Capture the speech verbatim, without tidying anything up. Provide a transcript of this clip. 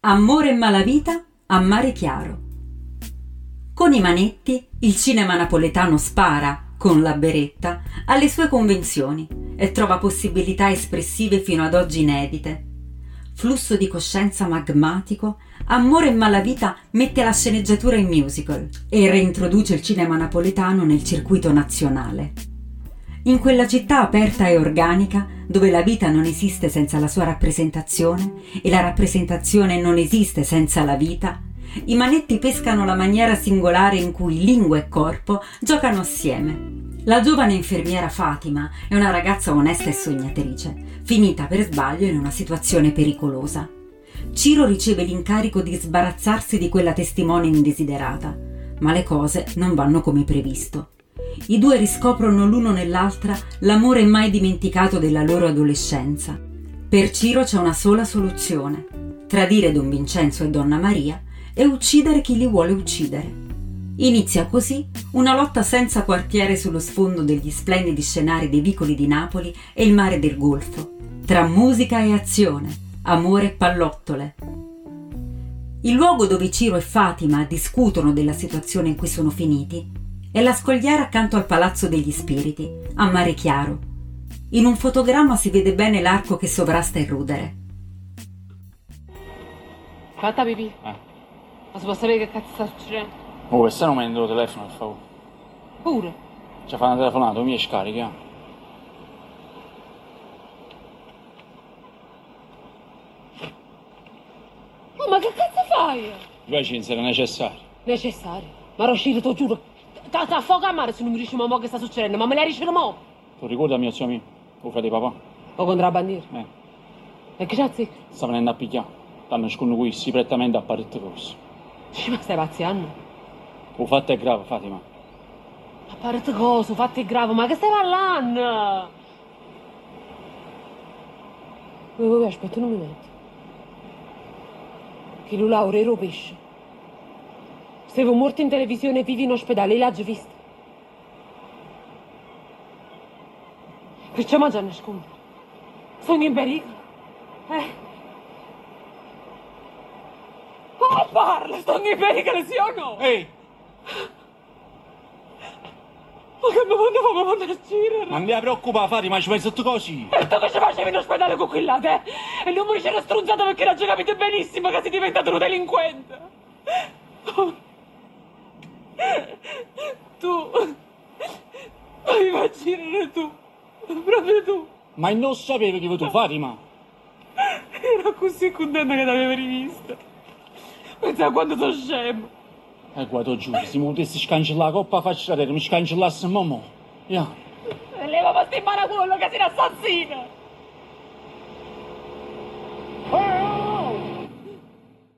Amore e malavita a mare chiaro. Con i Manetti il cinema napoletano spara, con la beretta, alle sue convenzioni e trova possibilità espressive fino ad oggi inedite. Flusso di coscienza magmatico, Amore e malavita mette la sceneggiatura in musical e reintroduce il cinema napoletano nel circuito nazionale. In quella città aperta e organica, dove la vita non esiste senza la sua rappresentazione e la rappresentazione non esiste senza la vita, i Manetti pescano la maniera singolare in cui lingua e corpo giocano assieme. La giovane infermiera Fatima è una ragazza onesta e sognatrice, finita per sbaglio in una situazione pericolosa. Ciro riceve l'incarico di sbarazzarsi di quella testimone indesiderata, ma le cose non vanno come previsto. I due riscoprono l'uno nell'altra l'amore mai dimenticato della loro adolescenza. Per Ciro c'è una sola soluzione: tradire Don Vincenzo e Donna Maria e uccidere chi li vuole uccidere. Inizia così una lotta senza quartiere sullo sfondo degli splendidi scenari dei vicoli di Napoli e il mare del Golfo, tra musica e azione, amore e pallottole. Il luogo dove Ciro e Fatima discutono della situazione in cui sono finiti è la scogliera accanto al Palazzo degli Spiriti, a mare chiaro. In un fotogramma si vede bene l'arco che sovrasta il rudere. Fatta pipì? Eh. Ma si può sapere che cazzo sta succedendo? Oh, questa non mi prendo il telefono, per favore. Pure? Ci fa una telefonata, mi scarichi, eh. Oh, ma che cazzo fai? Invece non era necessario. Necessario? Ma Roscino, ti giuro, ti affoga a mare se non mi dici ma mo che sta succedendo, ma me la dici mo? Tu ricordi mio zio mio, o frate papà? O contrabbandiere? Eh. E che c'ha zicco? Sta venendo a pigliare. Stanno scondo qui, si prettamente a parette cose. Dici, ma stai pazziando? O fatto è grave, Fatima. A parette cose, fatto è grave, ma che stai parlando? Oh, aspetta un momento. Che lui Laura era pesce. Stavo morto in televisione e vivi in ospedale, l'ha già visto. Perciò mangia nascondo. Sono in pericolo. Eh? Oh, parla, sono in pericolo, sì o no? Ehi! Ma che mi fanno fare, mi fanno uscire? Non ti preoccupare, Fatima, ci penso tu così. E tu che ci facevi in ospedale con quella te? E non mi c'era strunzato perché era già capito benissimo che sei diventato un delinquente. Oh. Tu mi fai girare tu, proprio tu. Ma non sapevo che tu, Fatima. Ero così contenta che t'avevo rivista. Pensa a quanto sono scemo. Eh, guarda, giuro, se mi potessi scancellare la coppa faccia vedere, mi scancellasse mamma. Yeah. E leva per sti quello che sei un assassino.